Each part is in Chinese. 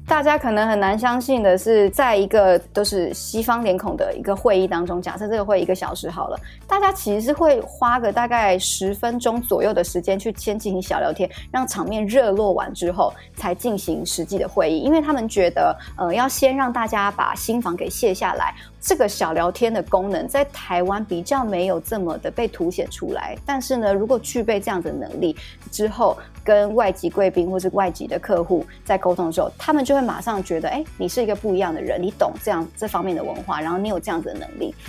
大家可能很难相信的是，在一个都是西方脸孔的一个会议当中，假设这个会1个小时好了，大家其实是会花个大概10分钟左右的时间去先进行小聊天，让场面热络完之后才进行实际的会议，因为他们觉得要先让大家把心防给卸下来。这个小聊天的功能在台湾比较没有这么的被凸显出来，但是呢，如果具备这样的能力之后，跟外籍贵宾或是外籍的客户在沟通的时候，他们就会马上觉得，你是一个不一样的人，你懂这方面的文化，然后你有这样子的能力。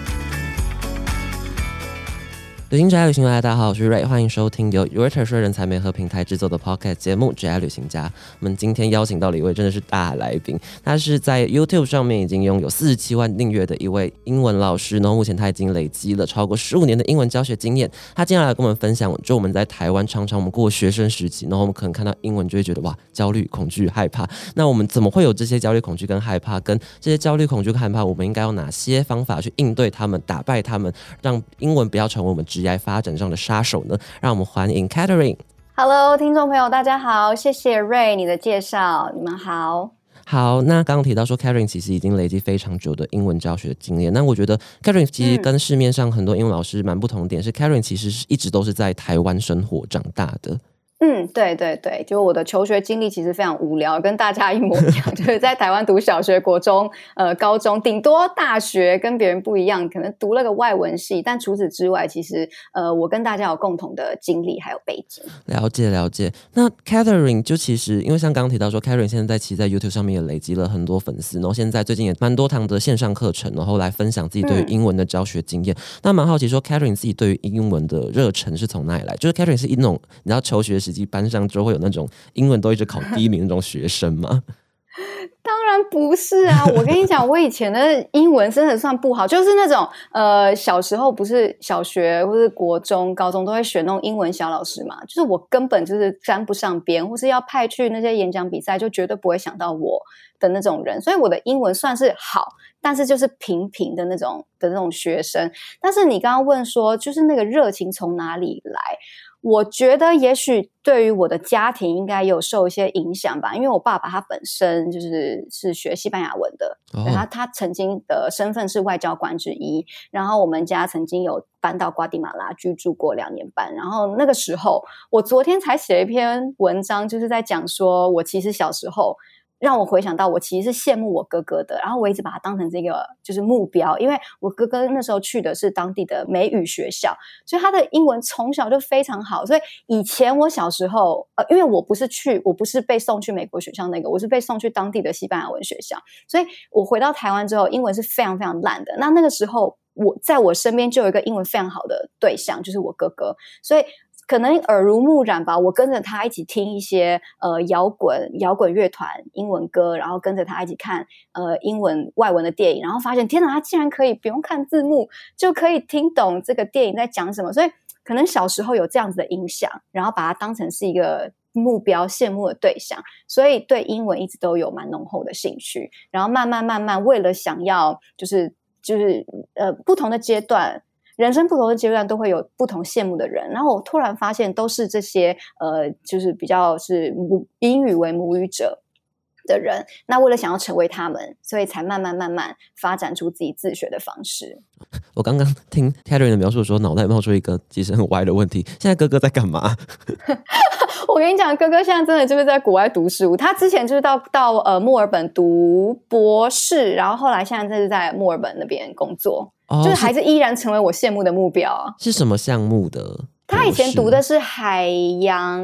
旅行宅旅行来，大家好，我是瑞，欢迎收听由 Reuters 人才媒合平台制作的 Podcast 节目《职涯旅行家》。我们今天邀请到了一位真的是大来宾，他是在 YouTube 上面已经拥有47万订阅的一位英文老师，然后目前他已经累积了超过15年的英文教学经验。他接下来跟我们分享，就我们在台湾常常我们过学生时期，然后我们可能看到英文就会觉得哇，焦虑、恐惧、害怕。那我们怎么会有这些焦虑、恐惧跟害怕？跟这些焦虑、恐惧跟害怕，我们应该用哪些方法去应对他们、打败他们，让英文不要成为我们职业发展上的杀手呢？让我们欢迎 Catherine。Hello， 听众朋友，大家好，谢谢 Ray 你的介绍，你们好。 好，那刚刚提到说 Catherine 其实已经累积非常久的英文教学经验，那我觉得 Catherine 其实跟市面上很多英文老师蛮不同的点是 Catherine 其实一直都是在台湾生活长大的。 对对对，就我的求学经历其实非常无聊，跟大家一模一样，就是在台湾读小学、国中、高中，顶多大学跟别人不一样，可能读了个外文系，但除此之外，其实我跟大家有共同的经历还有背景。 了解了解。那 Catherine 就其实因为像刚刚提到说 Catherine 现在其实在 YouTube 上面也累积了很多粉丝，然后现在最近也蛮多堂的线上课程，然后来分享自己对于英文的教学经验。那蛮好奇说 Catherine 自己对于英文的热忱是从哪里来？就是 Catherine 是一种你知道求学时期班上就会有那种英文都一直考第1名那种学生吗？ 当然不是啊！我跟你讲，我以前的英文真的算不好，就是那种小时候不是小学或是国中、高中都会选那种英文小老师嘛，就是我根本就是沾不上边，或是要派去那些演讲比赛，就绝对不会想到我的那种人，所以我的英文算是好，但是就是平平的那种学生。但是你刚刚问说，就是那个热情从哪里来？我觉得也许对于我的家庭应该有受一些影响吧，因为我爸爸他本身是学西班牙文的，他曾经的身份是外交官之一，然后我们家曾经有搬到瓜地马拉居住过2年半，然后那个时候我昨天才写了一篇文章，就是在讲说我其实小时候让我回想到我其实是羡慕我哥哥的，然后我一直把它当成这个就是目标，因为我哥哥那时候去的是当地的美语学校，所以他的英文从小就非常好，所以以前我小时候因为我不是被送去美国学校那个，我是被送去当地的西班牙文学校，所以我回到台湾之后英文是非常非常烂的，那个时候在我身边就有一个英文非常好的对象，就是我哥哥，所以可能耳濡目染吧，我跟着他一起听一些摇滚乐团英文歌，然后跟着他一起看英文外文的电影，然后发现天哪，他竟然可以不用看字幕就可以听懂这个电影在讲什么，所以可能小时候有这样子的影响，然后把它当成是一个目标羡慕的对象，所以对英文一直都有蛮浓厚的兴趣，然后慢慢为了想要就是不同的阶段，人生不同的阶段都会有不同羡慕的人，然后我突然发现都是这些就是比较是英语为母语者的人，那为了想要成为他们，所以才慢慢发展出自己自学的方式。 我刚刚听 Catherine 的描述的时候，脑袋冒出一个其实很歪的问题，现在哥哥在干嘛？ 我跟你讲，哥哥现在真的就是在国外读书，他之前就是到墨尔本读博士，然后后来现在就是在墨尔本那边工作，就是还是依然成为我羡慕的目标啊。 是什么项目的？ 他以前读的是海洋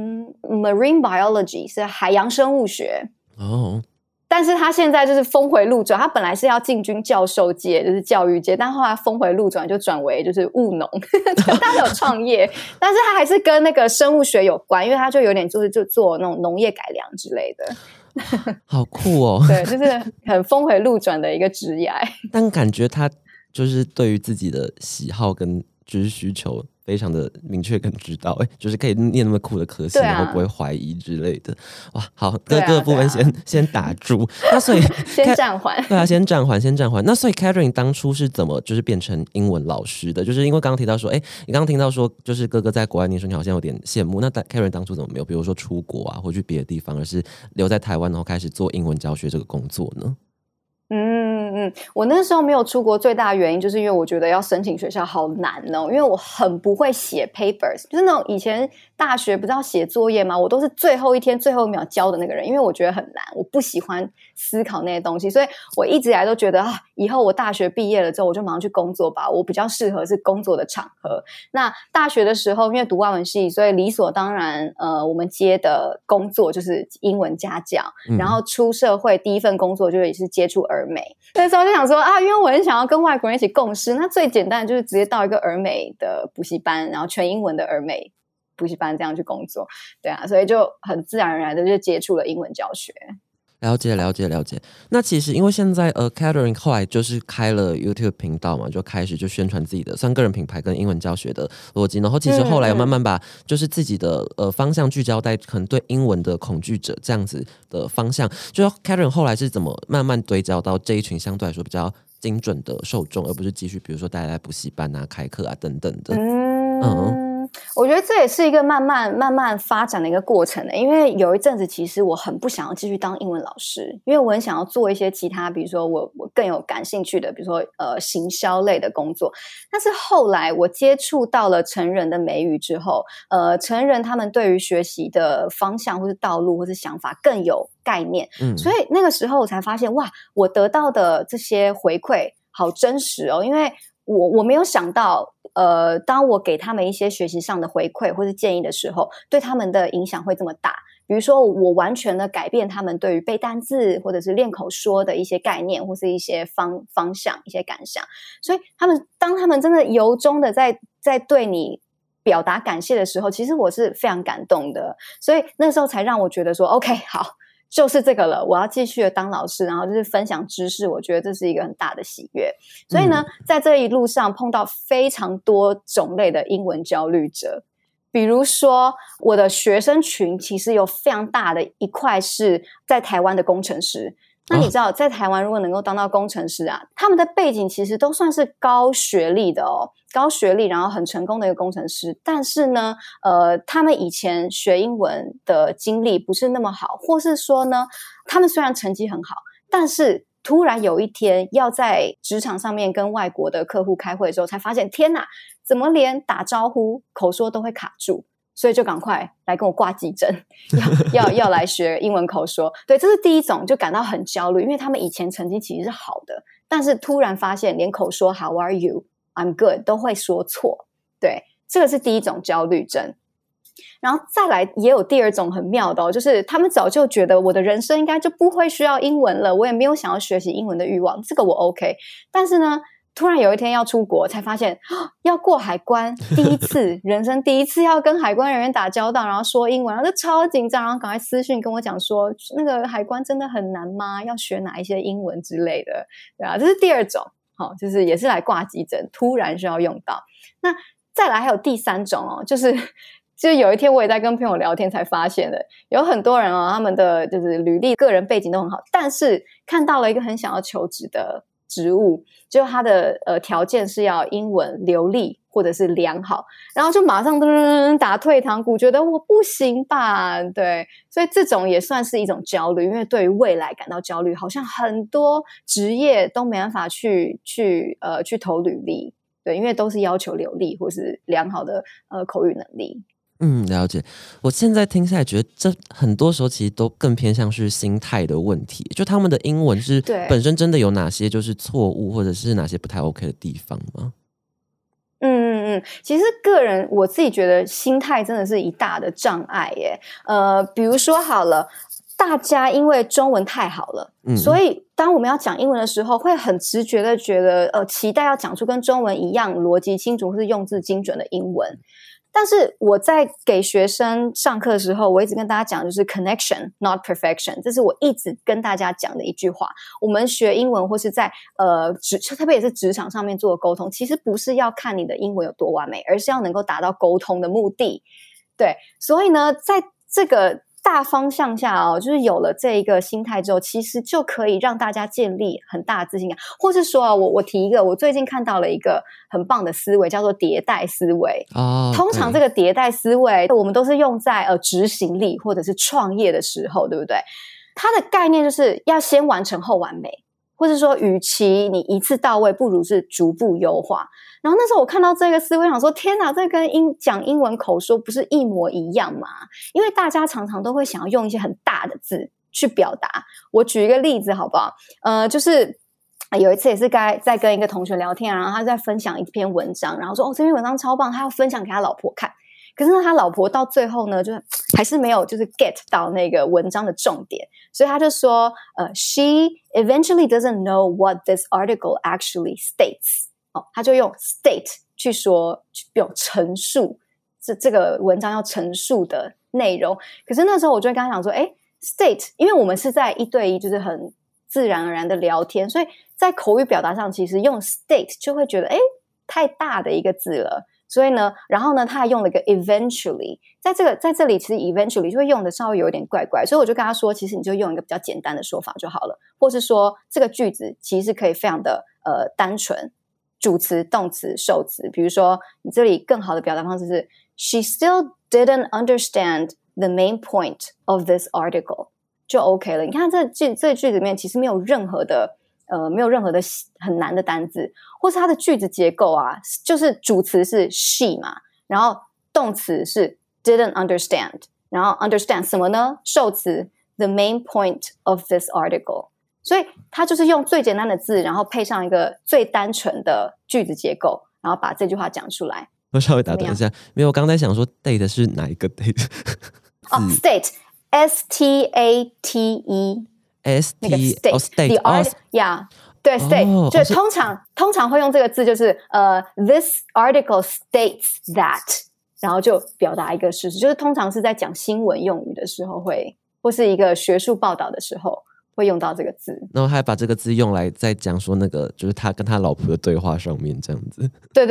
Marine Biology， 是海洋生物学但是他现在就是峰回路转，他本来是要进军教授界，就是教育界，但后来峰回路转就转为就是务农他有创业，但是他还是跟那个生物学有关，因为他就有点就做那种农业改良之类的好酷哦。 对，就是很峰回路转的一个职业但感觉他就是对于自己的喜好跟就是需求非常的明确跟知道，就是可以念那么酷的科系，然后不会怀疑之类的。哇，好，各个部分先打住。那所以先暂缓。 对啊，先暂缓。那所以 Catherine 当初是怎么就是变成英文老师的？就是因为刚刚提到说，你刚刚听到说，就是哥哥在国外念书，你好像有点羡慕。那 Catherine 当初怎么没有，比如说出国啊，或去别的地方，而是留在台湾，然后开始做英文教学这个工作呢？ 我那时候没有出国，最大的原因就是因为我觉得要申请学校好难哦，因为我很不会写 papers， 就是那种以前大学不是要写作业吗？我都是最后一天最后一秒交的那个人，因为我觉得很难，我不喜欢思考那些东西，所以我一直以来都觉得以后我大学毕业了之后我就马上去工作吧，我比较适合是工作的场合。那大学的时候因为读外文系，所以理所当然我们接的工作就是英文家教，然后出社会第一份工作就也是接触儿美。那时候就想说因为我很想要跟外国人一起共事，那最简单的就是直接到一个儿美的补习班，然后全英文的儿美补习班这样去工作。对啊，所以就很自然而然的就接触了英文教学。 了解。那其实因为现在Catherine 后来就是开了 YouTube 频道嘛，就开始就宣传自己的算个人品牌跟英文教学的逻辑，然后其实后来有慢慢把就是自己的方向聚焦在可能对英文的恐惧者这样子的方向。就 Catherine 后来是怎么慢慢堆焦到这一群相对来说比较精准的受众，而不是继续比如说带来补习班啊、开课啊等等的？ 我觉得这也是一个慢慢发展的一个过程的，因为有一阵子其实我很不想要继续当英文老师，因为我很想要做一些其他，比如说我更有感兴趣的，比如说行销类的工作。但是后来我接触到了成人的美语之后，成人他们对于学习的方向或是道路或是想法更有概念，所以那个时候我才发现哇，我得到的这些回馈好真实哦，因为我没有想到当我给他们一些学习上的回馈或是建议的时候，对他们的影响会这么大。比如说我完全的改变他们对于背单字或者是练口说的一些概念或是一些方向一些感想，所以当他们真的由衷的在对你表达感谢的时候，其实我是非常感动的，所以那时候才让我觉得说 OK 好，就是这个了，我要继续的当老师，然后就是分享知识，我觉得这是一个很大的喜悦。所以呢，在这一路上碰到非常多种类的英文焦虑者，比如说我的学生群其实有非常大的一块是在台湾的工程师。那你知道在台湾如果能够当到工程师啊，他们的背景其实都算是高学历的哦，高学历然后很成功的一个工程师，但是呢他们以前学英文的经历不是那么好，或是说呢他们虽然成绩很好，但是突然有一天要在职场上面跟外国的客户开会的时候才发现天哪，怎么连打招呼口说都会卡住，所以就赶快来跟我挂急诊，要来学英文口说。对，这是第一种，就感到很焦虑，因为他们以前成绩其实是好的，但是突然发现连口说 How are you? I'm good 都会说错。对，这个是第一种焦虑症。然后再来也有第二种很妙的就是他们早就觉得我的人生应该就不会需要英文了，我也没有想要学习英文的欲望，这个我 OK。但是呢突然有一天要出国才发现要过海关，第一次人生第一次要跟海关人员打交道，然后说英文，然后就超紧张，然后赶快私讯跟我讲说那个海关真的很难吗？要学哪一些英文之类的。对啊，这是第二种就是也是来挂急诊，突然需要用到。那再来还有第三种就是有一天我也在跟朋友聊天才发现的，有很多人他们的就是履历个人背景都很好，但是看到了一个很想要求职的职务，就他的条件是要英文流利或者是良好，然后就马上打退堂鼓，觉得我不行吧。对，所以这种也算是一种焦虑，因为对于未来感到焦虑，好像很多职业都没办法去投履历。对，因为都是要求流利或是良好的口语能力。 了解。我现在听下来觉得这很多时候其实都更偏向是心态的问题，就他们的英文是本身真的有哪些就是错误或者是哪些不太 OK 的地方吗？ 其实个人我自己觉得心态真的是一大的障碍耶。比如说好了，大家因为中文太好了，所以当我们要讲英文的时候会很直觉的觉得期待要讲出跟中文一样逻辑清楚或是用字精准的英文。 但是我在给学生上课的时候，我一直跟大家讲就是 connection not perfection， 这是我一直跟大家讲的一句话。我们学英文或是在特别也是职场上面做的沟通，其实不是要看你的英文有多完美，而是要能够达到沟通的目的。对，所以呢，在这个大方向下就是有了这一个心态之后，其实就可以让大家建立很大的自信感。或是说我提一个，我最近看到了一个很棒的思维，叫做迭代思维。通常这个迭代思维我们都是用在执行力或者是创业的时候，对不对？它的概念就是要先完成后完美，或是说与其你一次到位，不如是逐步优化。然后那时候我看到这个思维，想说天哪，这跟讲英文口说不是一模一样吗？因为大家常常都会想要用一些很大的字去表达。我举一个例子好不好？就是有一次也是在跟一个同学聊天，然后他在分享一篇文章，然后说这篇文章超棒，他要分享给他老婆看。可是呢，他老婆到最后呢，就是还是没有就是 get 到那个文章的重点，所以他就说she eventually doesn't know what this article actually states。他就用 state 去说，用陈述这个文章要陈述的内容。可是那时候我就会跟他讲说state， 因为我们是在一对一，就是很自然而然的聊天，所以在口语表达上其实用 state 就会觉得太大的一个字了。所以呢，然后呢，他还用了一个 eventually， 在这里其实 eventually 就会用的稍微有点怪怪，所以我就跟他说，其实你就用一个比较简单的说法就好了，或是说这个句子其实可以非常的单纯，主词、动词、受词。比如说你这里更好的表达方式是 She still didn't understand the main point of this article， 就 OK 了。你看这句子里面其实没有任何的很难的单字，或是它的句子结构就是主词是 she 嘛，然后动词是 didn't understand， 然后 understand 什么呢？受词 the main point of this article。所以他就是用最简单的字，然后配上一个最单纯的句子结构，然后把这句话讲出来。 我稍微打断一下，没有，我刚才想说 date 是哪一个 date？ state S-T-A-T-E S-T state the art yeah 对 state 就通常会用这个字，就是this article states that， 然后就表达一个事实，就是通常是在讲新闻用语的时候会，或是一个学术报道的时候会用到这个字， 然后还把这个字用来在讲说那个就是他跟他老婆的对话上面这样子。 对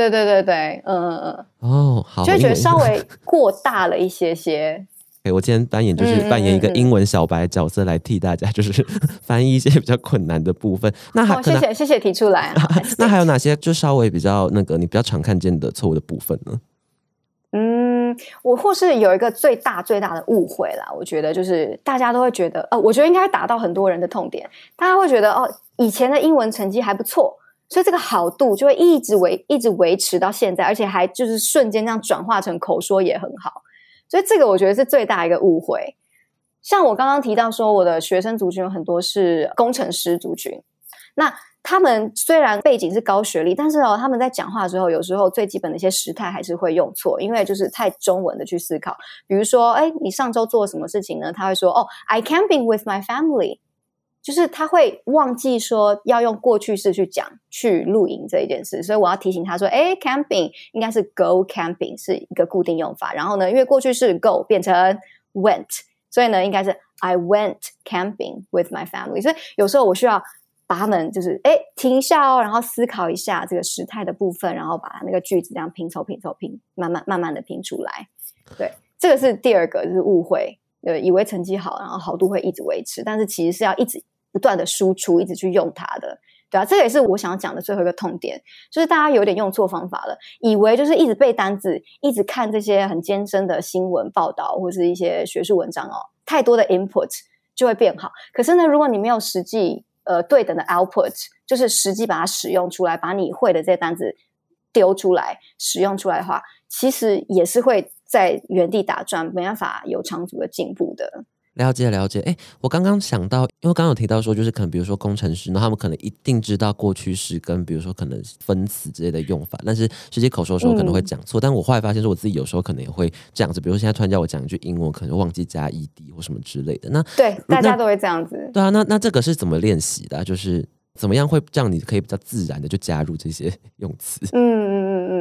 好， 就会觉得稍微过大了一些。 我今天扮演一个英文小白角色来替大家就是翻译一些比较困难的部分。那谢谢提出来。 那还有哪些就稍微比较你比较常看见的错误的部分呢？ 我或是有一个最大的误会啦，我觉得就是大家都会觉得我觉得应该打到很多人的痛点，大家会觉得以前的英文成绩还不错，所以这个好度就会一直维持到现在，而且还就是瞬间这样转化成口说也很好，所以这个我觉得是最大一个误会。像我刚刚提到说我的学生族群有很多是工程师族群，那他们虽然背景是高学历，但是他们在讲话的时候有时候最基本的一些时态还是会用错，因为就是太中文的去思考。比如说你上周做了什么事情呢？他会说I camping with my family， 就是他会忘记说要用过去式去讲去露营这一件事，所以我要提醒他说camping 应该是 go camping 是一个固定用法，然后呢因为过去式 go 变成 went， 所以呢应该是 I went camping with my family。 所以有时候我需要把他们就是停一下然后思考一下这个时态的部分，然后把那个句子这样拼凑慢慢的拼出来。对，这个是第二个就是误会，以为成绩好然后好度会一直维持，但是其实是要一直不断的输出，一直去用它的。对啊，这个也是我想要讲的最后一个痛点，就是大家有点用错方法了，以为就是一直背单字，一直看这些很艰深的新闻报道或是一些学术文章太多的 input 就会变好。可是呢，如果你没有实际对等的 output， 就是实际把它使用出来，把你会的这些单字丢出来使用出来的话，其实也是会在原地打转，没办法有长足的进步的。 了解。我刚刚想到，因为刚刚有提到说就是可能比如说工程师，然后他们可能一定知道过去式跟比如说可能分词之类的用法，但是实际口说的时候可能会讲错，但我后来发现说我自己有时候可能也会这样子，比如说现在突然叫我讲一句英文，可能忘记加 ed 或什么之类的。那对，大家都会这样子。 对啊，那这个是怎么练习的就是怎么样会让你可以比较自然的就加入这些用词？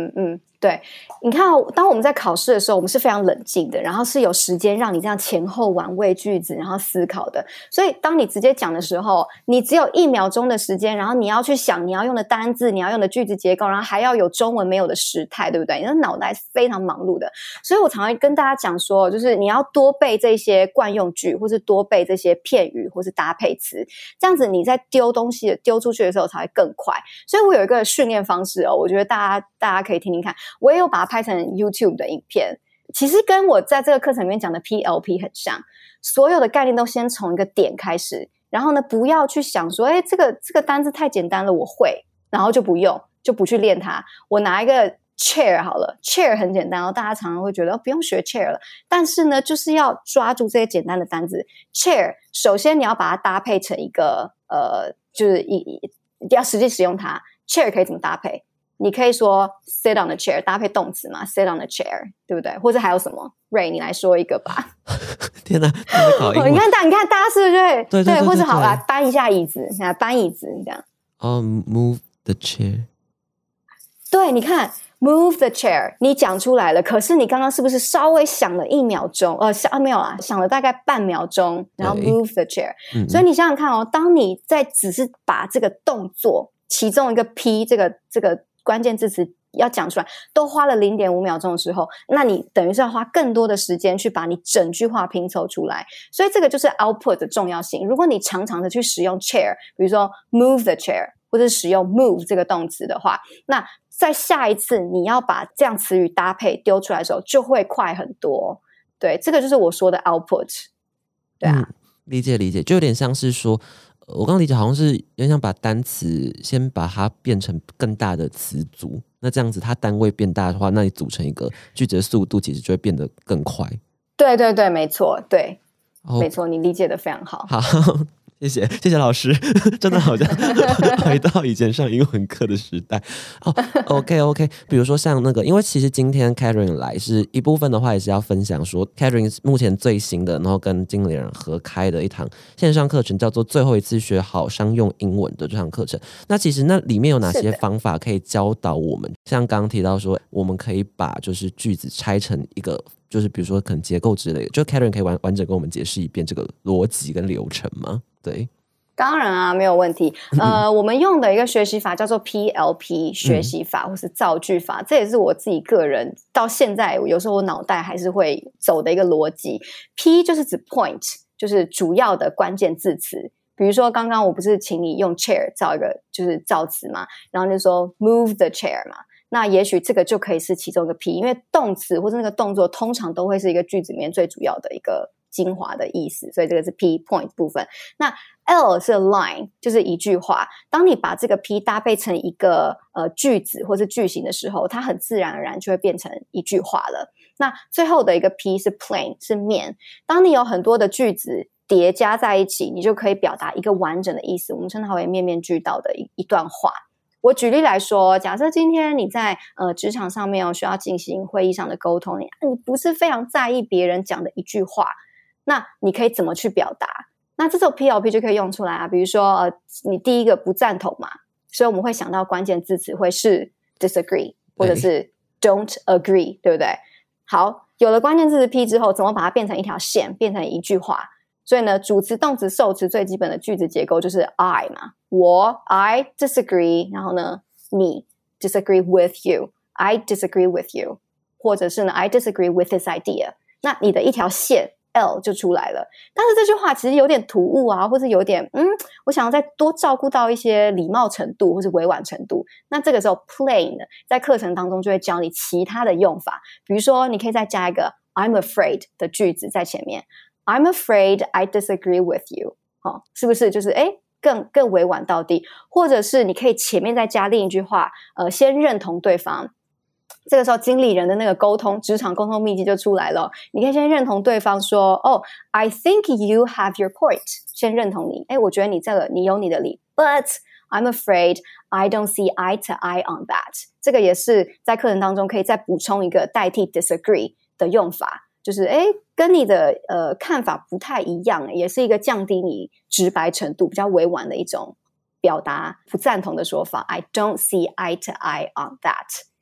对，你看当我们在考试的时候，我们是非常冷静的，然后是有时间让你这样前后玩味句子，然后思考的。所以当你直接讲的时候，你只有1秒钟的时间，然后你要去想你要用的单字，你要用的句子结构，然后还要有中文没有的时态，对不对？你的脑袋是非常忙碌的。所以我常常跟大家讲说，就是你要多背这些惯用句，或是多背这些片语，或是搭配词，这样子你在丢东西丢出去的时候才会更快。所以我有一个训练方式哦，我觉得大家可以听听看。我也有把它拍成 YouTube 的影片，其实跟我在这个课程里面讲的 PLP 很像，所有的概念都先从一个点开始，然后呢不要去想说这个单字太简单了我会，然后就不去练它。我拿一个 chair 好了， chair 很简单，然后大家常常会觉得不用学 chair 了，但是呢就是要抓住这些简单的单字。 chair 首先你要把它搭配成一个就是要实际使用它。 chair 可以怎么搭配？你可以说 sit on the chair， 搭配动词嘛， sit on the chair， 对不对？或者还有什么 Ray 你来说一个吧。 天哪，你看大家是不是对， 或者好啦，搬一下椅子，搬椅子这样。 move the chair。 对，你看 move the chair 你讲出来了，可是你刚刚是不是稍微想了1秒钟没有啦，想了大概半秒钟，然后 move the chair。所以你想想看哦，当你在只是把这个动作其中一个 P 这个关键字词要讲出来都花了 0.5 秒钟的时候，那你等于是要花更多的时间去把你整句话拼凑出来。所以这个就是 output 的重要性。如果你常常的去使用 chair， 比如说 move the chair， 或者使用 move 这个动词的话，那在下一次你要把这样词语搭配丢出来的时候就会快很多。对，这个就是我说的 output。 对啊， 理解，就有点像是说我刚刚理解好像是有点像把单词先把它变成更大的词组，那这样子它单位变大的话，那你组成一个句子的速度其实就会变得更快。 对，没错，对，没错，你理解得非常好。 好，谢谢老师，真的好像回到以前上英文课的时代。OK， 比如说像那个，因为其实今天 Karen 来是一部分的话，也是要分享说 Karen 目前最新的，然后跟经理人合开的一堂线上课程，叫做最后一次学好商用英文的这堂课程。那其实那里面有哪些方法可以教导我们？像刚刚提到说，我们可以把就是句子拆成一个，就是比如说可能结构之类的，就 Karen 可以完整跟我们解释一遍这个逻辑跟流程吗？对， 当然啊，没有问题。我们用的一个学习法叫做 PLP 学习法，或是造句法，这也是我自己个人到现在有时候我脑袋还是会走的一个逻辑。P 就是指 point， 就是主要的关键字词。比如说刚刚我不是请你用 chair 造一个就是造词嘛，然后就说 move the chair 嘛，那也许这个就可以是其中一个 P， 因为动词或是那个动作通常都会是一个句子里面最主要的一个精华的意思，所以这个是 P point 部分。那 L 是 line， 就是一句话。当你把这个 P 搭配成一个句子或是句型的时候，它很自然而然就会变成一句话了。那最后的一个 P 是 plain， 是面。当你有很多的句子叠加在一起，你就可以表达一个完整的意思，我们称它为面面俱到的一段话。我举例来说，假设今天你在职场上面需要进行会议上的沟通，你不是非常在意别人讲的一句话，那你可以怎么去表达？那这种 PLP 就可以用出来啊。比如说你第一个不赞同嘛，所以我们会想到关键字词会是 disagree 或者是 don't agree， 对不对？好，有了关键字词 P 之后，怎么把它变成一条线，变成一句话？所以呢，主词、动词、受词最基本的句子结构就是 I 嘛，我 I disagree， 然后呢你 disagree with you， I disagree with you， 或者是呢 I disagree with this idea， 那你的一条线 L 就出来了。但是这句话其实有点突兀啊，或是有点我想要再多照顾到一些礼貌程度或是委婉程度，那这个时候 plain 在课程当中就会教你其他的用法，比如说你可以再加一个 I'm afraid 的句子在前面， I'm afraid I disagree with you，是不是就是更委婉到底？或者是你可以前面再加另一句话，先认同对方。这个时候经理人的那个沟通，职场沟通秘籍就出来了。你可以先认同对方说I think you have your point， 先认同你，我觉得你这个你有你的理， but I'm afraid I don't see eye to eye on that。 这个也是在课程当中可以再补充一个代替 disagree 的用法，就是跟你的看法不太一样，也是一个降低你直白程度比较委婉的一种表达不赞同的说法， I don't see eye to eye on that。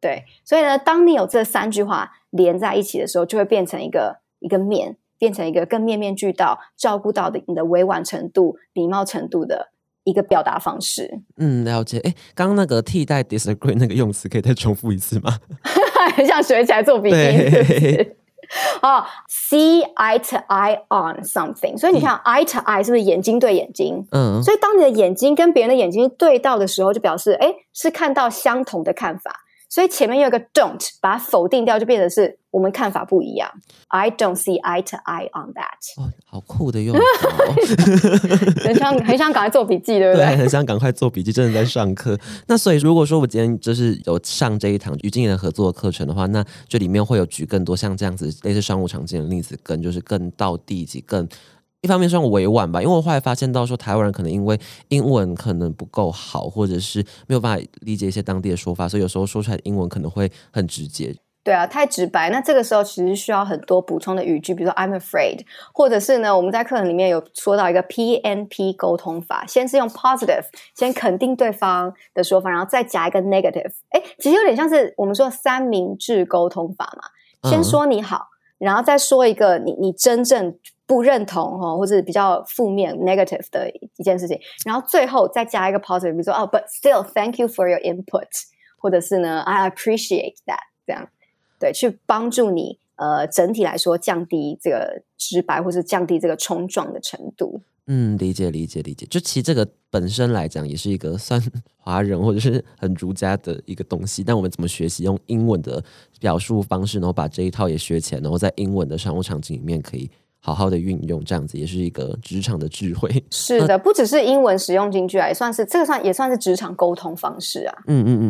对，所以呢，当你有这3句话连在一起的时候，就会变成一个面，变成一个更面面俱到、照顾到的你的委婉程度、礼貌程度的一个表达方式。 了解。刚刚那个替代 disagree 那个用词可以再重复一次吗？ 很想学起来做笔记，是不是？see eye to eye on something， 所以你看eye to eye 是不是眼睛对眼睛？所以当你的眼睛跟别人的眼睛对到的时候，就表示是看到相同的看法。所以前面有一个 don't 把它否定掉，就变成是我们看法不一样。I don't see eye to eye on that。 好酷的用法很想赶快做笔记，对不对？ 对，很想赶快做笔记，真的在上课。那所以如果说我今天就是有上这一堂与经理人合作的课程的话，那就里面会有举更多像这样子类似商务场景的例子，就是更道地以及更一方面算委婉吧，因为我后来发现到说台湾人可能因为英文可能不够好，或者是没有办法理解一些当地的说法，所以有时候说出来的英文可能会很直接。 对啊，太直白。那这个时候其实需要很多补充的语句，比如说 I'm afraid， 或者是呢，我们在课程里面有说到一个 PNP 沟通法，先是用 positive， 先肯定对方的说法，然后再加一个 negative。其实有点像是我们说三明治沟通法嘛，先说你好，然后再说一个你真正不认同或者比较负面 negative 的一件事情，然后最后再加一个 positive， 比如说but still thank you for your input， 或者是呢 I appreciate that， 这样。对，去帮助你整体来说降低这个直白，或是降低这个冲撞的程度。 理解。就其实这个本身来讲也是一个算华人或者是很儒家的一个东西，但我们怎么学习用英文的表述方式，然后把这一套也学起来，然后在英文的商务场景里面可以好好的运用，这样子也是一个职场的智慧。 是的，不只是英文使用金句啊，也算是职场沟通方式啊。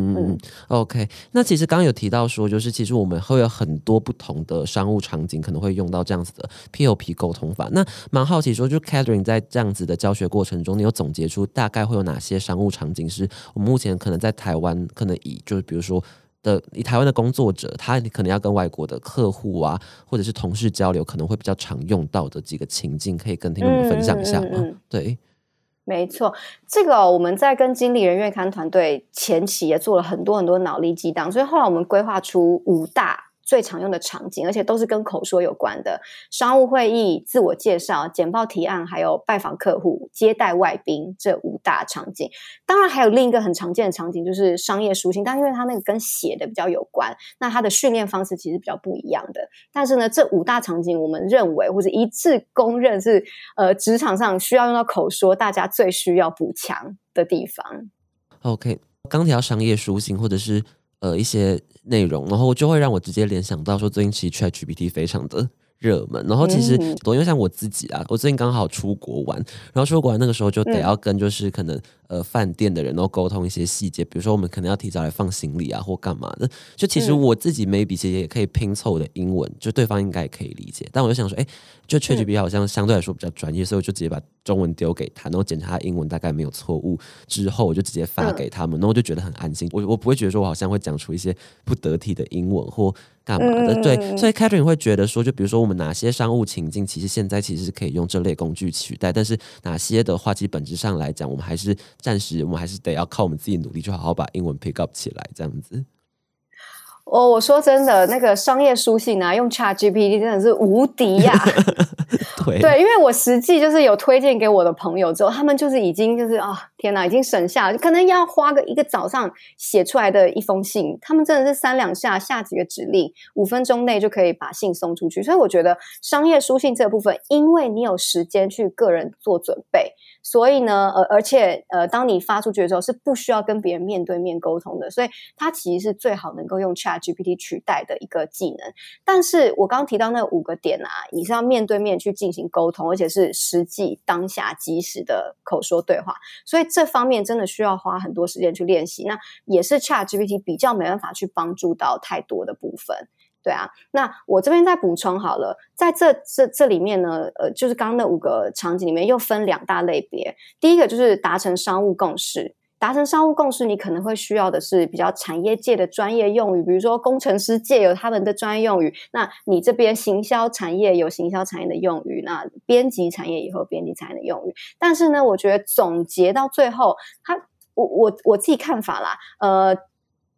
OK， 那其实刚刚有提到说，就是其实我们会有很多不同的商务场景可能会用到这样子的 POP 沟通法。那蛮好奇说，就 Catherine 在这样子的教学过程中，你有总结出大概会有哪些商务场景是我们目前可能在台湾可能就是比如说以台湾的工作者，他可能要跟外国的客户啊，或者是同事交流，可能会比较常用到的几个情境，可以跟听众们分享一下吗？对， 没错，这个我们在跟经理人月刊团队前期也做了很多脑力激荡，所以后来我们规划出5大最常用的场景，而且都是跟口说有关的：商务会议、自我介绍、简报提案，还有拜访客户、接待外宾，这5大场景。当然还有另一个很常见的场景，就是商业书信，但因为它那个跟写的比较有关，那它的训练方式其实比较不一样的。但是呢，这5大场景我们认为或者一致公认是职场上需要用到口说，大家最需要补强的地方。 OK， 刚提到商业书信或者是一些内容，然后就会让我直接联想到说，最近其实 ChatGPT 非常的热门，然后其实因为像我自己啊，我最近刚好出国玩，然后出国玩那个时候就得要跟就是可能饭店的人都沟通一些细节，比如说我们可能要提早来放行李啊或干嘛的，就其实我自己 maybe 其实也可以拼凑我的英文，就对方应该也可以理解，但我就想说就 ChatGPT 好像相对来说比较专业，所以我就直接把中文丢给他，然后检查他英文大概没有错误之后，我就直接发给他们，然后我就觉得很安心，我不会觉得说我好像会讲出一些不得体的英文或干嘛的，对，所以 Catherine 会觉得说，就比如说我们哪些商务情境，其实现在其实是可以用这类工具取代，但是哪些的话，其实本质上来讲，我们还是得要靠我们自己努力，就好好把英文 pick up 起来，这样子。 我说真的，那个商业书信啊，用 ChatGPT 真的是无敌呀！对，因为我实际就是有推荐给我的朋友之后，他们就是已经就是天哪，已经省下了，可能要花一个早上写出来的一封信，他们真的是3两下下几个指令，5分钟内就可以把信送出去。所以我觉得商业书信这个部分，因为你有时间去个人做准备，所以呢，而且当你发出去的时候是不需要跟别人面对面沟通的，所以它其实是最好能够用 ChatGPT 取代的一个技能。但是我刚刚提到那5个点啊，你是要面对面去进行沟通，而且是实际当下即时的口说对话，所以这方面真的需要花很多时间去练习，那也是 ChatGPT 比较没办法去帮助到太多的部分。对啊，那我这边再补充好了，在这里面呢，就是刚刚那5个场景里面又分2大类别。第一个就是达成商务共识，你可能会需要的是比较产业界的专业用语，比如说工程师界有他们的专业用语，那你这边行销产业有行销产业的用语，那编辑产业也有编辑产业的用语。但是呢，我觉得总结到最后，我自己看法啦，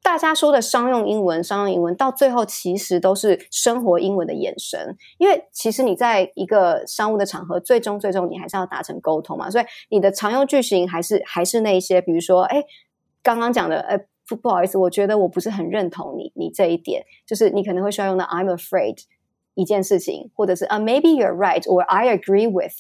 大家说的商用英文到最后其实都是生活英文的衍生，因为其实你在一个商务的场合，最终你还是要达成沟通嘛，所以你的常用句型还是那一些，比如说刚刚讲的不好意思，我觉得我不是很认同你这一点，就是你可能会需要用到 I'm afraid 一件事情，或者是maybe you're right or I agree with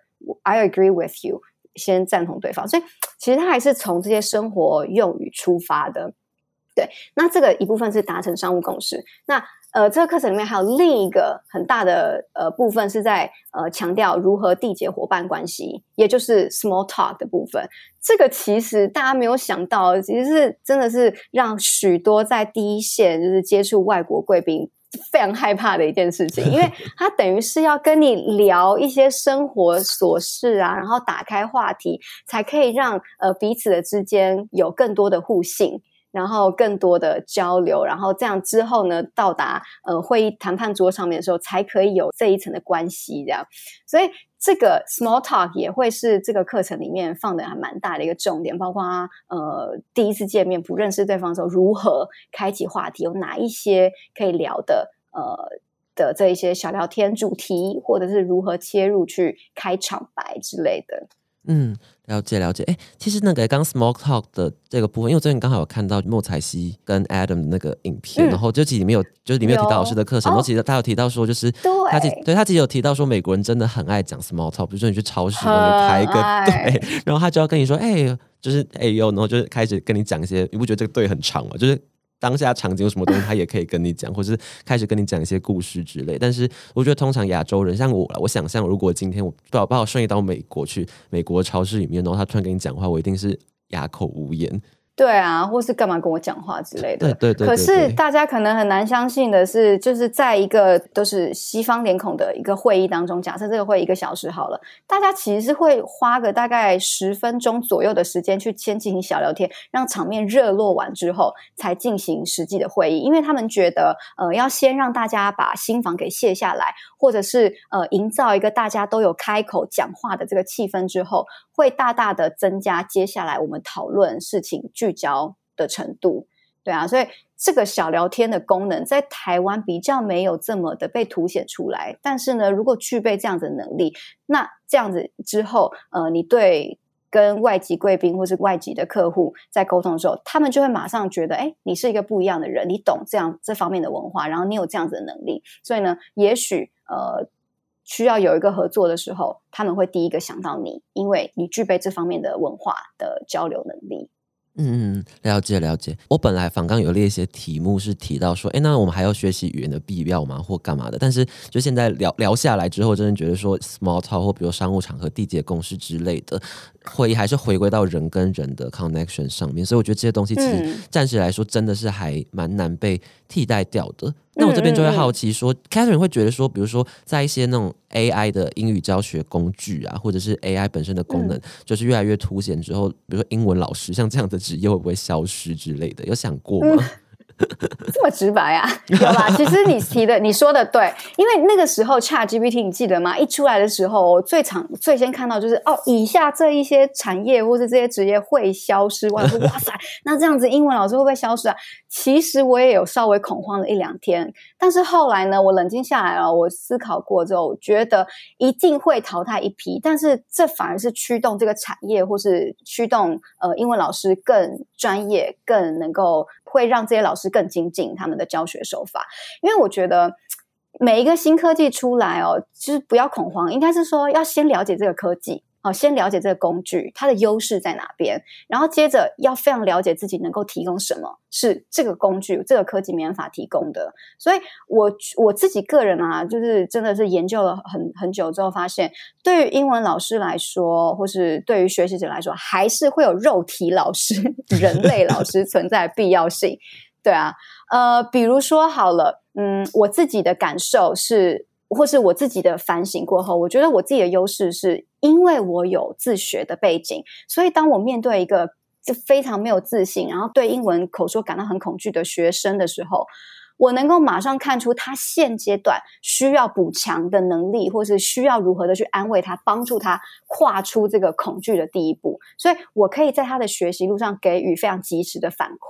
you 先赞同对方，所以其实它还是从这些生活用语出发的。对，那这个一部分是达成商务共识。那这个课程里面还有另一个很大的部分是在强调如何缔结伙伴关系，也就是 small talk 的部分。这个其实大家没有想到，其实是真的是让许多在第一线就是接触外国贵宾非常害怕的一件事情，因为它等于是要跟你聊一些生活琐事啊，然后打开话题，才可以让彼此的之间有更多的互信，然后更多的交流，然后这样之后呢，到达会议谈判桌上面的时候，才可以有这一层的关系这样。所以这个 small talk 也会是这个课程里面放的还蛮大的一个重点，包括第一次见面不认识对方的时候如何开启话题，有哪一些可以聊的这一些小聊天主题，或者是如何切入去开场白之类的。 了解。其实那个刚 small talk 的这个部分，因为我最近刚好有看到莫彩希跟 Adam 的那个影片，然后就其实里面有提到老师的课程，然后其实他有提到说，就是他其实有提到说，美国人真的很爱讲 small talk，比如说你去超市，然后你排一个队，然后他就要跟你说，就是然后就开始跟你讲一些，你不觉得这个队很长吗？就是当下场景有什么东西他也可以跟你讲，或是开始跟你讲一些故事之类。但是我觉得通常亚洲人像我啦，我想象如果今天我把我顺利到美国去，美国超市里面，然后他突然跟你讲话，我一定是哑口无言。 对啊，或是干嘛跟我讲话之类的。 对。 可是大家可能很难相信的是，就是在一个都是西方脸孔的一个会议当中，假设这个会1个小时好了，大家其实是会花个大概10分钟左右的时间去先进行小聊天，让场面热络完之后才进行实际的会议，因为他们觉得要先让大家把心防给卸下来，或者是营造一个大家都有开口讲话的这个气氛之后，会大大的增加接下来我们讨论事情聚焦的程度。对啊，所以这个小聊天的功能在台湾比较没有这么的被凸显出来，但是呢，如果具备这样子的能力，那这样子之后你对跟外籍贵宾或是外籍的客户在沟通的时候，他们就会马上觉得你是一个不一样的人，你懂这方面的文化，然后你有这样子的能力，所以呢，也许需要有一个合作的时候，他们会第一个想到你，因为你具备这方面的文化的交流能力。 了解。我本来访纲有列一些题目是提到说，那我们还要学习语言的必要吗，或干嘛的？但是就现在聊下来之后，真的觉得说 small talk 或比如商务场合缔结共识之类的会议，还是回归到人跟人的 connection 上面。所以我觉得这些东西其实暂时来说真的是还蛮难被替代掉的。那我这边就会好奇说，Catherine 会觉得说，比如说在一些那种 AI 的英语教学工具啊，或者是 AI 本身的功能，就是越来越凸显之后，比如说英文老师像这样的职业会不会消失之类的？有想过吗？ 这么直白啊？有啦，其实你说的对，因为那个时候 ChatGPT 你记得吗？一出来的时候，我最先看到就是以下这一些产业或是这些职业会消失。我说哇塞，那这样子英文老师会不会消失啊？其实我也有稍微恐慌了1-2天，但是后来呢，我冷静下来了，我思考过之后，我觉得一定会淘汰一批，但是这反而是驱动这个产业，或是驱动英文老师更专业，更能够会让这些老师更精进他们的教学手法。因为我觉得每一个新科技出来就是不要恐慌，应该是说要先了解这个科技，先了解这个工具它的优势在哪边，然后接着要非常了解自己能够提供什么是这个工具这个科技没办法提供的。所以我自己个人啊，就是真的是研究了很久之后发现，对于英文老师来说，或是对于学习者来说，还是会有肉体老师人类老师存在的必要性。对啊，比如说好了，我自己的感受是，或是我自己的反省过后，我觉得我自己的优势是因为我有自学的背景，所以当我面对一个就非常没有自信，然后对英文口说感到很恐惧的学生的时候，我能够马上看出他现阶段需要补强的能力，或是需要如何的去安慰他，帮助他跨出这个恐惧的第一步，所以我可以在他的学习路上给予非常及时的反馈。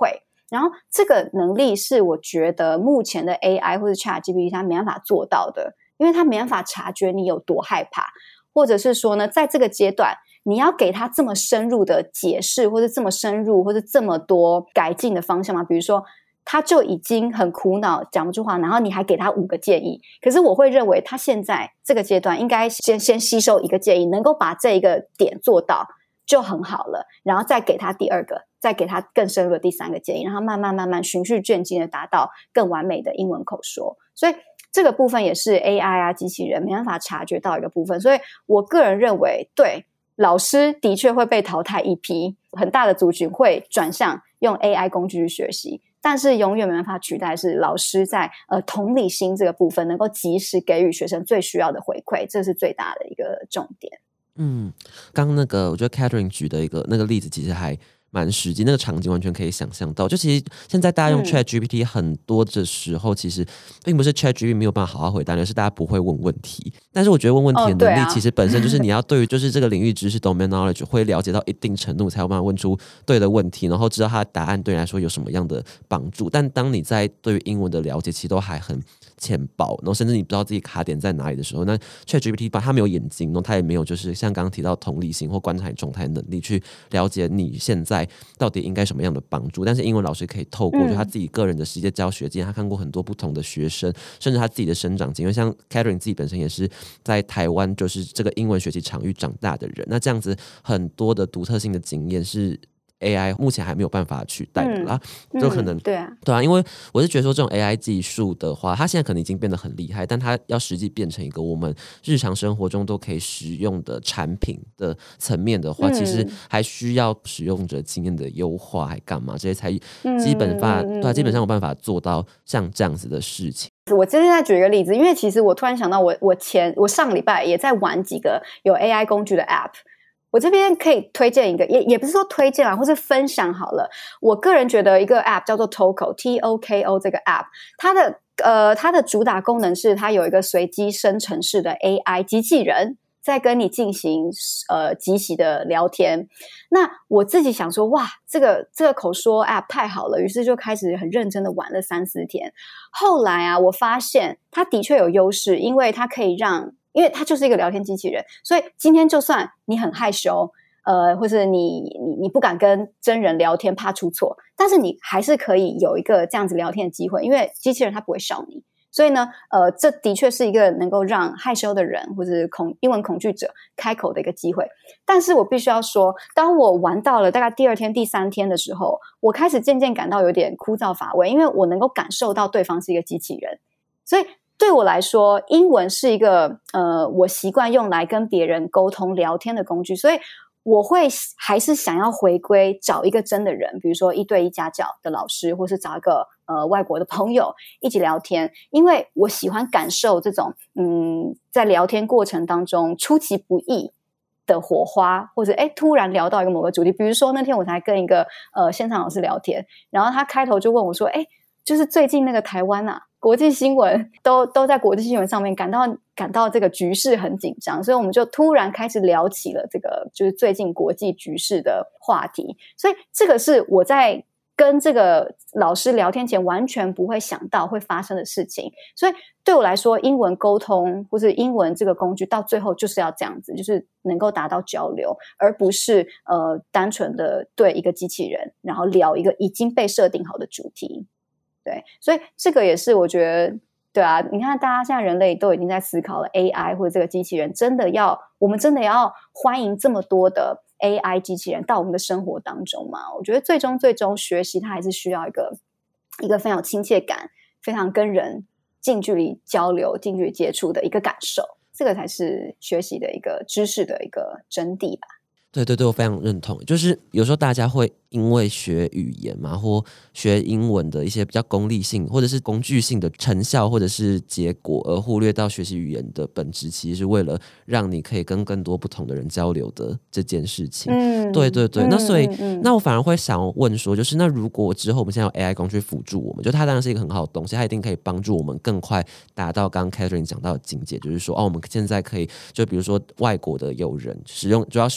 然后这个能力是我觉得目前的 AI 或者 ChatGPT 它没办法做到的，因为它没办法察觉你有多害怕，或者是说呢，在这个阶段你要给他这么深入的解释，或者这么深入，或者这么多改进的方向吗？比如说他就已经很苦恼讲不出话，然后你还给他5个建议，可是我会认为他现在这个阶段应该先吸收1个建议，能够把这一个点做到就很好了，然后再给他第2个，再给他更深入的第3个建议，然后慢慢循序渐进的达到更完美的英文口说。所以这个部分也是 AI 啊机器人没办法察觉到一个部分，所以我个人认为对老师的确会被淘汰一批，很大的族群会转向用 AI 工具去学习，但是永远没办法取代是老师在同理心这个部分能够及时给予学生最需要的回馈，这是最大的一个重点。 刚那个我觉得 Catherine 举的那个例子其实还蛮实际，那个场景完全可以想象到。就其实现在大家用 ChatGPT 很多的时候，其实并不是 ChatGPT 没有办法好好回答，而是大家不会问问题。但是我觉得问问题的能力其实本身就是你要对于就是这个领域知识 domain knowledge 会了解到一定程度，才有办法问出对的问题，然后知道它的答案对你来说有什么样的帮助。但当你在对于英文的了解其实都还很浅薄，然后甚至你不知道自己卡点在哪里的时候，那 ChatGPT 它没有眼睛，然后它也没有就是像刚刚提到同理心或观察状态能力去了解你现在到底应该什么样的帮助。但是英文老师可以透过就他自己个人的实际教学经验，他看过很多不同的学生，甚至他自己的生长经验，像 Catherine 自己本身也是在台湾就是这个英文学习场域长大的人，那这样子很多的独特性的经验是AI 目前还没有办法取代的啦，就可能对啊， 因为我是觉得说这种 AI 技术的话，它现在可能已经变得很厉害，但它要实际变成一个我们日常生活中都可以使用的产品的层面的话，其实还需要使用者经验的优化，还干嘛这些才基本上有办法做到像这样子的事情。 我今天再举一个例子，因为其实我突然想到我上个礼拜也在玩几个有 AI 工具的 App。我这边可以推荐一个，也不是说推荐啦，或是分享好了。我个人觉得一个 App 叫做 Toko T-O-K-O 这个 App， 它的主打功能是它有一个随机生成式的 AI 机器人在跟你进行即时的聊天。那我自己想说，哇，这个口说 App 太好了，于是就开始很认真的玩了3-4天。后来啊，我发现它的确有优势，因为它可以因为它就是一个聊天机器人，所以今天就算你很害羞，或者你不敢跟真人聊天，怕出错，但是你还是可以有一个这样子聊天的机会，因为机器人它不会笑你。所以呢，这的确是一个能够让害羞的人或者英文恐惧者开口的一个机会。但是我必须要说，当我玩到了大概第2天、第3天的时候，我开始渐渐感到有点枯燥乏味，因为我能够感受到对方是一个机器人，所以对我来说，英文是一个我习惯用来跟别人沟通聊天的工具，所以我会还是想要回归找一个真的人，比如说1对1家教的老师，或是找一个外国的朋友一起聊天，因为我喜欢感受这种在聊天过程当中出其不意的火花，或者突然聊到一个某个主题。比如说那天我才跟一个现场老师聊天，然后他开头就问我说就是最近那个台湾啊，国际新闻都在国际新闻上面感到这个局势很紧张，所以我们就突然开始聊起了这个就是最近国际局势的话题。所以这个是我在跟这个老师聊天前完全不会想到会发生的事情，所以对我来说，英文沟通或是英文这个工具到最后就是要这样子，就是能够达到交流，而不是单纯的对一个机器人然后聊一个已经被设定好的主题。对，所以这个也是我觉得，对啊，你看大家现在人类都已经在思考了 AI 或者这个机器人，我们真的要欢迎这么多的 AI 机器人到我们的生活当中吗？我觉得最终学习它还是需要一个非常有亲切感，非常跟人近距离交流、近距离接触的一个感受，这个才是学习的一个知识的一个真谛吧。 对对对，我非常认同。就是有时候大家会因为学语言嘛，或学英文的一些比较功利性或者是工具性的成效或者是结果，而忽略到学习语言的本质其实是为了让你可以跟更多不同的人交流的这件事情。对对对。那所以那我反而会想问说，就是那如果之后我们现在有 AI 工具辅助我们，就它当然是一个很好的东西，它一定可以帮助我们更快达到刚刚 Catherine 讲到的境界，就是说我们现在可以就比如说外国的友人就要使用英文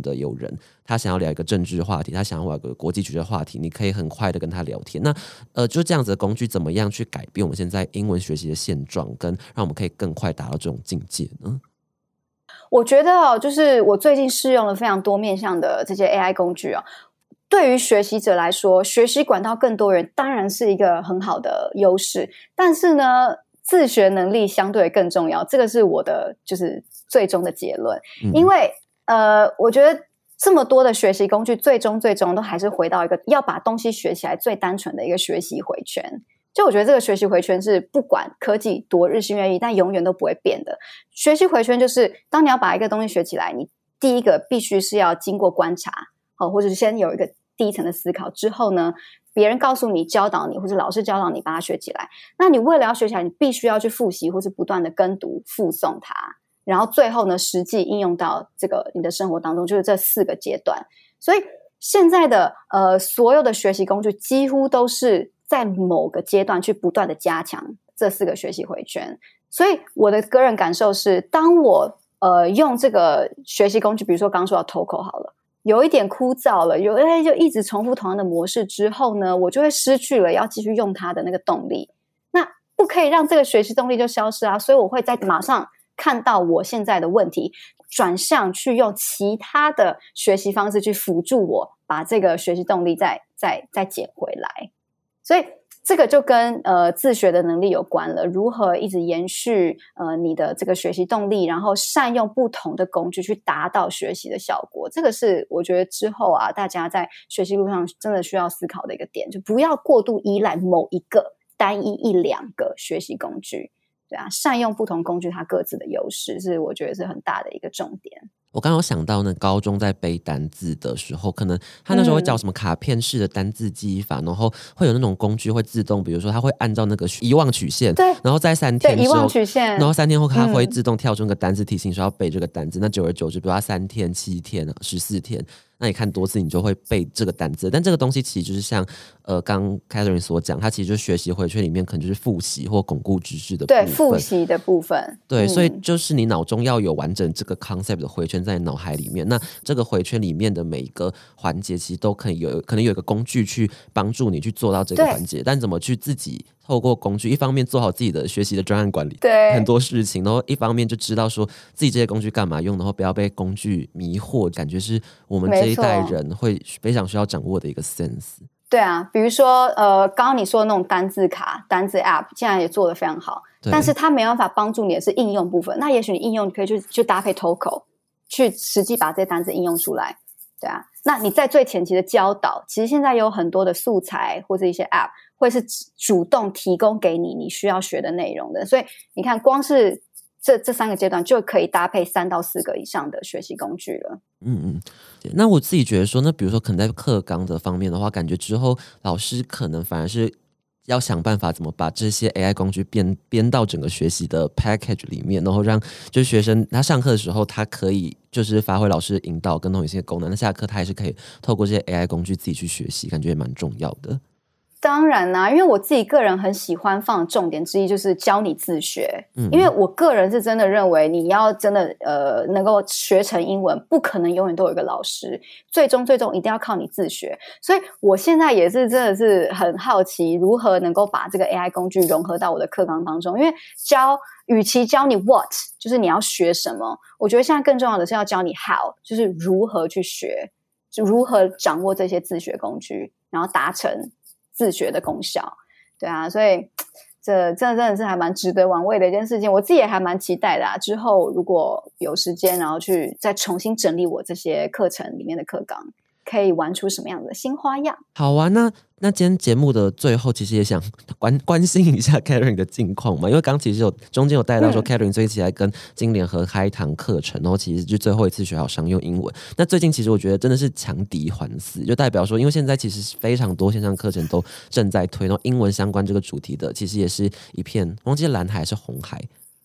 的有人他想要聊一个政治话题，他想要聊一个国际局的话题，你可以很快的跟他聊天。那就这样子的工具怎么样去改变我们现在英文学习的现状，跟让我们可以更快达到这种境界呢？ 我觉得就是我最近试用了非常多面向的这些 AI 工具对于学习者来说，学习管道更多元当然是一个很好的优势，但是呢，自学能力相对更重要，这个是我的就是最终的结论。因为我觉得这么多的学习工具，最终都还是回到一个要把东西学起来最单纯的一个学习回圈。就我觉得这个学习回圈是不管科技多日新月异，但永远都不会变的。学习回圈就是当你要把一个东西学起来，你第一个必须是要经过观察，或者是先有一个第一层的思考，之后呢，别人告诉你、教导你，或者老师教导你把它学起来。那你为了要学起来，你必须要去复习，或是不断的跟读、复诵它，然后最后呢，实际应用到这个你的生活当中，就是这4个阶段。所以现在的所有的学习工具几乎都是在某个阶段去不断的加强这4个学习回圈。所以我的个人感受是，当我用这个学习工具，比如说刚刚说到 Toco 好了，有一点枯燥了，就一直重复同样的模式之后呢，我就会失去了要继续用它的那个动力。那不可以让这个学习动力就消失啊，所以我会在马上看到我现在的问题，转向去用其他的学习方式去辅助我把这个学习动力再捡回来。所以这个就跟自学的能力有关了，如何一直延续你的这个学习动力，然后善用不同的工具去达到学习的效果。这个是我觉得之后大家在学习路上真的需要思考的一个点，就不要过度依赖某一个单一1、2个学习工具。对啊，善用不同工具它各自的优势，是我觉得是很大的一个重点。 我刚刚有想到呢，高中在背单字的时候，可能他那时候会教什么卡片式的单字记忆法，然后会有那种工具会自动，比如说他会按照那个遗忘曲线， 对， 然后在3天遗忘曲线， 然后3天后他会自动跳出那个单字提醒说要背这个单字。那久而久之，比如他3天、7天、14天。那你看多次，你就会背这个单字。但这个东西其实就是像刚 Catherine 所讲，它其实就是学习回圈里面可能就是复习或巩固知识的部分。 对，复习的部分。 对，所以就是你脑中要有完整这个 concept 的回圈在脑海里面。那这个回圈里面的每一个环节，其实都可能有一个工具去帮助你去做到这个环节。但怎么去自己透过工具，一方面做好自己的学习的专案管理， 对很多事情，然后一方面就知道说自己这些工具干嘛用，然后不要被工具迷惑，感觉是我们这一代人会非常需要掌握的一个 sense。 对啊，比如说刚刚你说的那种单字卡、单字 App， 现在也做得非常好，但是它没办法帮助你的是应用部分。那也许你应用可以去搭配 Toco， 去实际把这些单字应用出来。对啊，那你在最前期的教导，其实现在有很多的素材或者一些 App 会是主动提供给你需要学的内容的。所以你看，光是这3个阶段就可以搭配3到4个以上的学习工具了。 那我自己觉得说，那比如说可能在课纲的方面的话，感觉之后老师可能反而是要想办法怎么把这些 AI 工具编到整个学习的 package 里面，然后让就是学生他上课的时候，他可以就是发挥老师的引导跟同一些功能，那下课他还是可以透过这些 AI 工具自己去学习，感觉也蛮重要的。 当然啦，因为我自己个人很喜欢放的重点之一就是教你自学。因为我个人是真的认为，你要真的能够学成英文，不可能永远都有一个老师，最终一定要靠你自学。所以我现在也是真的是很好奇，如何能够把这个 AI 工具融合到我的课纲当中。因为与其教你 what， 就是你要学什么，我觉得现在更重要的是要教你 how， 就是如何去学，就如何掌握这些自学工具，然后达成自学的功效。对啊，所以这真的是还蛮值得玩味的一件事情，我自己也还蛮期待的之后如果有时间，然后去再重新整理我这些课程里面的课纲，可以玩出什么样的新花样。 好啊，那今天节目的最后，其实也想关心一下 Catherine 的近况嘛，因为刚其实中间有带到说 Catherine 最近起来跟金联合开一堂课程，然后其实就最后一次学好商用英文。那最近其实我觉得真的是强敌环伺，就代表说，因为现在其实非常多线上课程都正在推，然后英文相关这个主题的，其实也是一片忘记蓝海还是红海。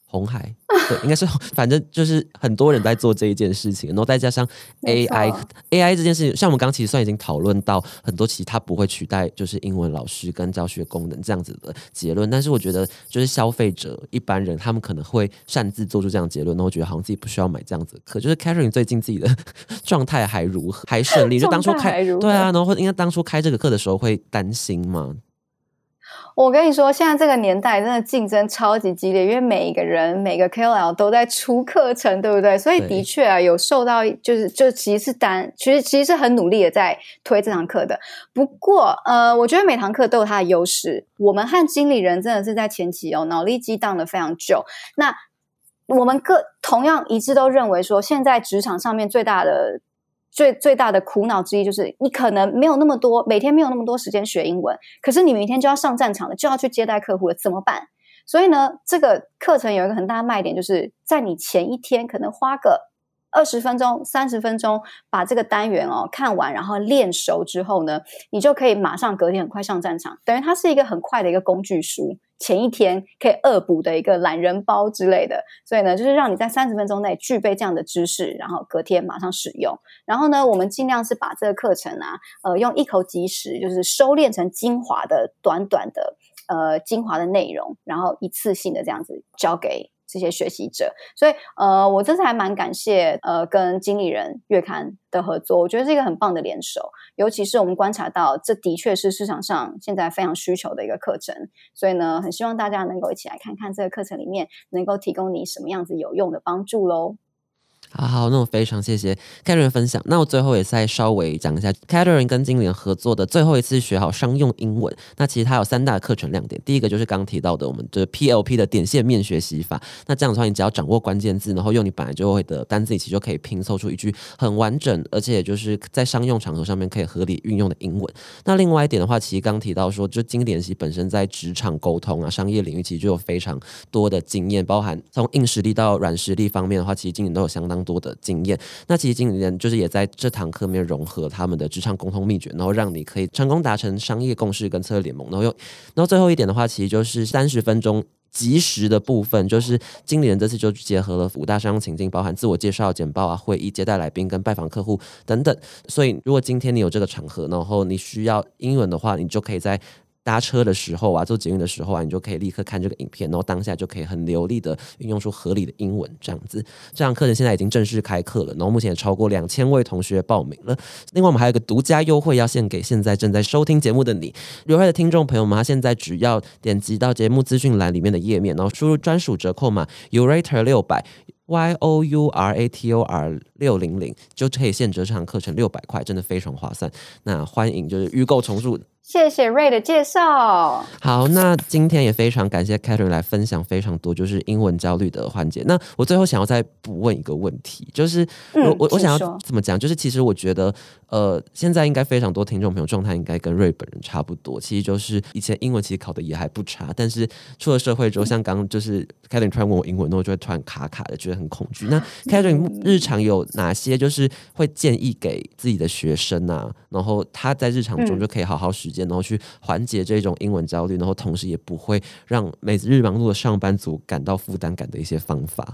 红海，对，应该是反正就是很多人在做这一件事情，然后再加上 AI 这件事情，像我们刚其实算已经讨论到很多，其实它不会取代就是英文老师跟教学功能这样子的结论，但是我觉得就是消费者一般人他们可能会擅自做出这样的结论，然后觉得好像自己不需要买这样子的课。就是 Catherine 最近自己的状态还如何？还顺利？就当初开对啊，然后应该当初开这个课的时候会担心吗？ 我跟你说，现在这个年代真的竞争超级激烈，因为每一个人每个 KOL 都在出课程，对不对？所以的确啊，有受到就其实是很努力的在推这堂课的。不过我觉得每堂课都有它的优势。我们和经理人真的是在前期脑力激荡了非常久。那我们同样一致都认为说，现在职场上面最大的苦恼之一就是你可能没有那么多，每天没有那么多时间学英文，可是你明天就要上战场了，就要去接待客户了，怎么办？所以呢，这个课程有一个很大的卖点，就是在你前一天可能花个20分钟、30分钟把这个单元看完，然后练熟之后呢，你就可以马上隔天很快上战场，等于它是一个很快的一个工具书，前一天可以恶补的一个懒人包之类的。所以呢，就是让你在30分钟内具备这样的知识，然后隔天马上使用。然后呢，我们尽量是把这个课程用一口即食，就是收敛成精华的短短的精华的内容，然后一次性的这样子交给这些学习者。所以我这次还蛮感谢跟经理人月刊的合作，我觉得是一个很棒的联手，尤其是我们观察到这的确是市场上现在非常需求的一个课程，所以呢很希望大家能够一起来看看这个课程里面能够提供你什么样子有用的帮助咯。 好，那我非常谢谢 Catherine 分享。那我最后也再稍微讲一下 Catherine 跟经理人合作的最后一次学好商用英文。那其实它有3大课程亮点，第一个就是刚提到的我们的 PLP 的点线面学习法。那这样的话，你只要掌握关键字，然后用你本来就会的单字，其实就可以拼凑出一句很完整，而且就是在商用场合上面可以合理运用的英文。那另外一点的话，其实刚提到说，就经理人其实本身在职场沟通商业领域其实就有非常多的经验，包含从硬实力到软实力方面的话，其实经理人都有相当多的经验。那其实经理人就是也在这堂课里面融合他们的职场沟通秘诀，然后让你可以成功达成商业共识跟策略联盟。然后最后一点的话，其实就是30分钟即时的部分，就是经理人这次就结合了5大商用情境，包含自我介绍、简报会议、接待来宾跟拜访客户等等。所以如果今天你有这个场合，然后你需要英文的话，你就可以在搭车的时候坐捷运的时候你就可以立刻看这个影片，然后当下就可以很流利的运用出合理的英文，这样子。这堂课程现在已经正式开课了，然后目前也超过2000位同学报名了。另外我们还有一个独家优惠要献给现在正在收听节目的你，留会的听众朋友们，他现在只要点击到节目资讯栏里面的页面，然后输入专属折扣码 Yourator600YOURATOR600就可以现折这堂课程600块，真的非常划算。那欢迎就是预购重述。 谢谢 Ray 的介绍。 好，那今天也非常感谢 Catherine 来分享非常多就是英文焦虑的环节。那我最后想要再补问一个问题，就是我想要怎么讲，就是其实我觉得现在应该非常多听众朋友状态应该跟 Ray 本人差不多，其实就是以前英文其实考的也还不差，但是出了社会之后，像刚刚就是 Catherine 突然问我英文，然后我就会突然卡卡的，觉得很恐惧。那 Catherine 日常有哪些就是会建议给自己的学生然后他在日常中就可以好好实践，然后去缓解这种英文焦虑，然后同时也不会让每日忙碌的上班族感到负担感的一些方法？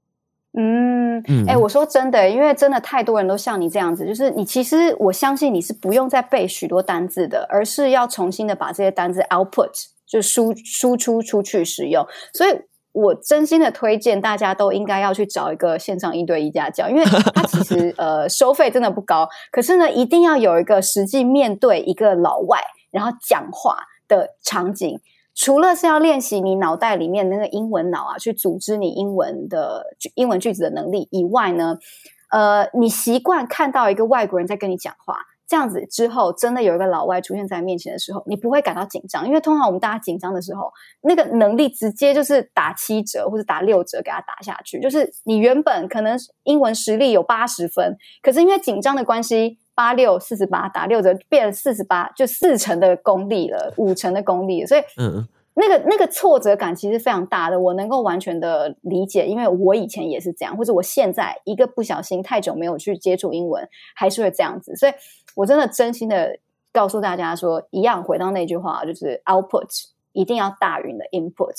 我说真的，因为真的太多人都像你这样子，就是你其实我相信你是不用再背许多单字的，而是要重新的把这些单字 output 就输出出去使用。所以我真心的推荐大家都应该要去找一个线上1对1家教，因为它其实收费真的不高，可是呢一定要有一个实际面对一个老外然后讲话的场景。除了是要练习你脑袋里面那个英文脑去组织你英文句子的能力以外呢，你习惯看到一个外国人在跟你讲话，这样子之后真的有一个老外出现在面前的时候，你不会感到紧张，因为通常我们大家紧张的时候，那个能力直接就是打7折或者打6折给他打下去，就是你原本可能英文实力有80分，可是因为紧张的关系86 48打6折变成48，就4成的功力了，5成的功力了，所以那个挫折感其实非常大的，我能够完全的理解，因为我以前也是这样，或者我现在一个不小心太久没有去接触英文还是会这样子，所以我真的真心的告诉大家说，一样回到那句话，就是 output 一定要大于你的 input，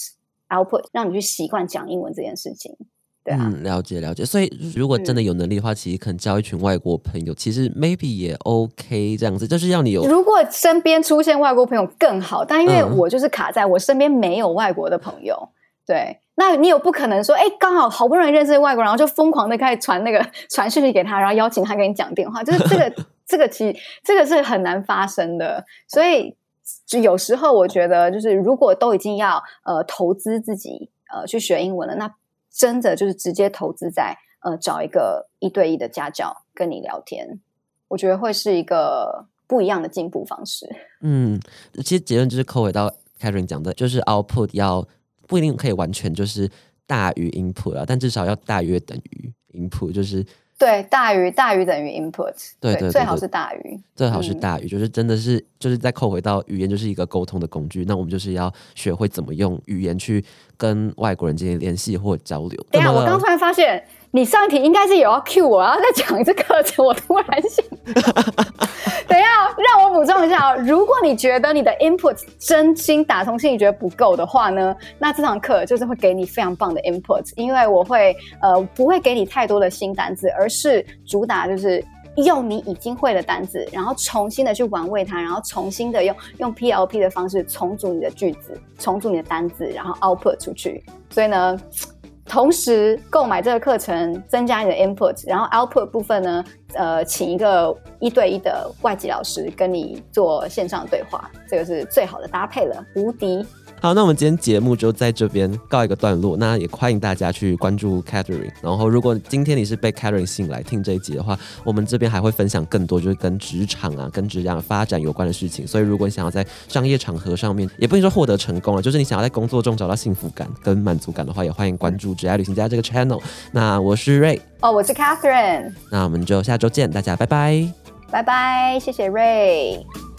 output， 让你去习惯讲英文这件事情。对啊， 了解了解。所以如果真的有能力的话，其实可能交一群外国朋友，其实 maybe 也 OK 这样子，就是要你有。 如果身边出现外国朋友更好，但因为我就是卡在我身边没有外国的朋友，对，那你有不可能说，刚好不容易认识外国人，然后就疯狂的开始传讯息给他，然后邀请他跟你讲电话，就是这个其实这个是很难发生的。所以有时候我觉得，就是如果都已经要投资自己去学英文了，那真的就是直接投资在找一个1对1的家教跟你聊天，我觉得会是一个不一样的进步方式。 其实结论就是扣回到 Catherine 讲的，就是 output 要不一定可以完全就是大于 input 啊，但至少要大约等于 input， 就是对，大于等于 input， 对， 最好是大于， 就是真的是就是再扣回到语言就是一个沟通的工具，那我们就是要学会怎么用语言去跟外国人进行联系或交流。 等一下，我刚突然发现你上一题应该是有要 cue 我，然后再讲一次课程，我突然想等一下让我补充一下如果你觉得你的 input 真心打从心里觉得不够的话呢，那这堂课就是会给你非常棒的 input， 因为我会不会给你太多的新单字，而是主打就是用你已经会的单字，然后重新的去玩味它，然后重新的用 PLP 的方式重组你的句子，重组你的单字，然后 output 出去。所以呢，同时购买这个课程增加你的 input， 然后 output 部分呢请一个1对1的外籍老师跟你做线上对话，这个是最好的搭配了，无敌。 好，那我们今天节目就在这边告一个段落，那也欢迎大家去关注 Catherine， 然后如果今天你是被 Catherine 吸引来听这一集的话，我们这边还会分享更多就是跟职场啊跟职业发展有关的事情，所以如果你想要在商业场合上面也不能说获得成功，就是你想要在工作中找到幸福感跟满足感的话，也欢迎关注职业旅行家这个 channel。 那我是 Ray， 我是 Catherine， 那我们就下周见，大家拜拜。 拜拜，谢谢 Ray。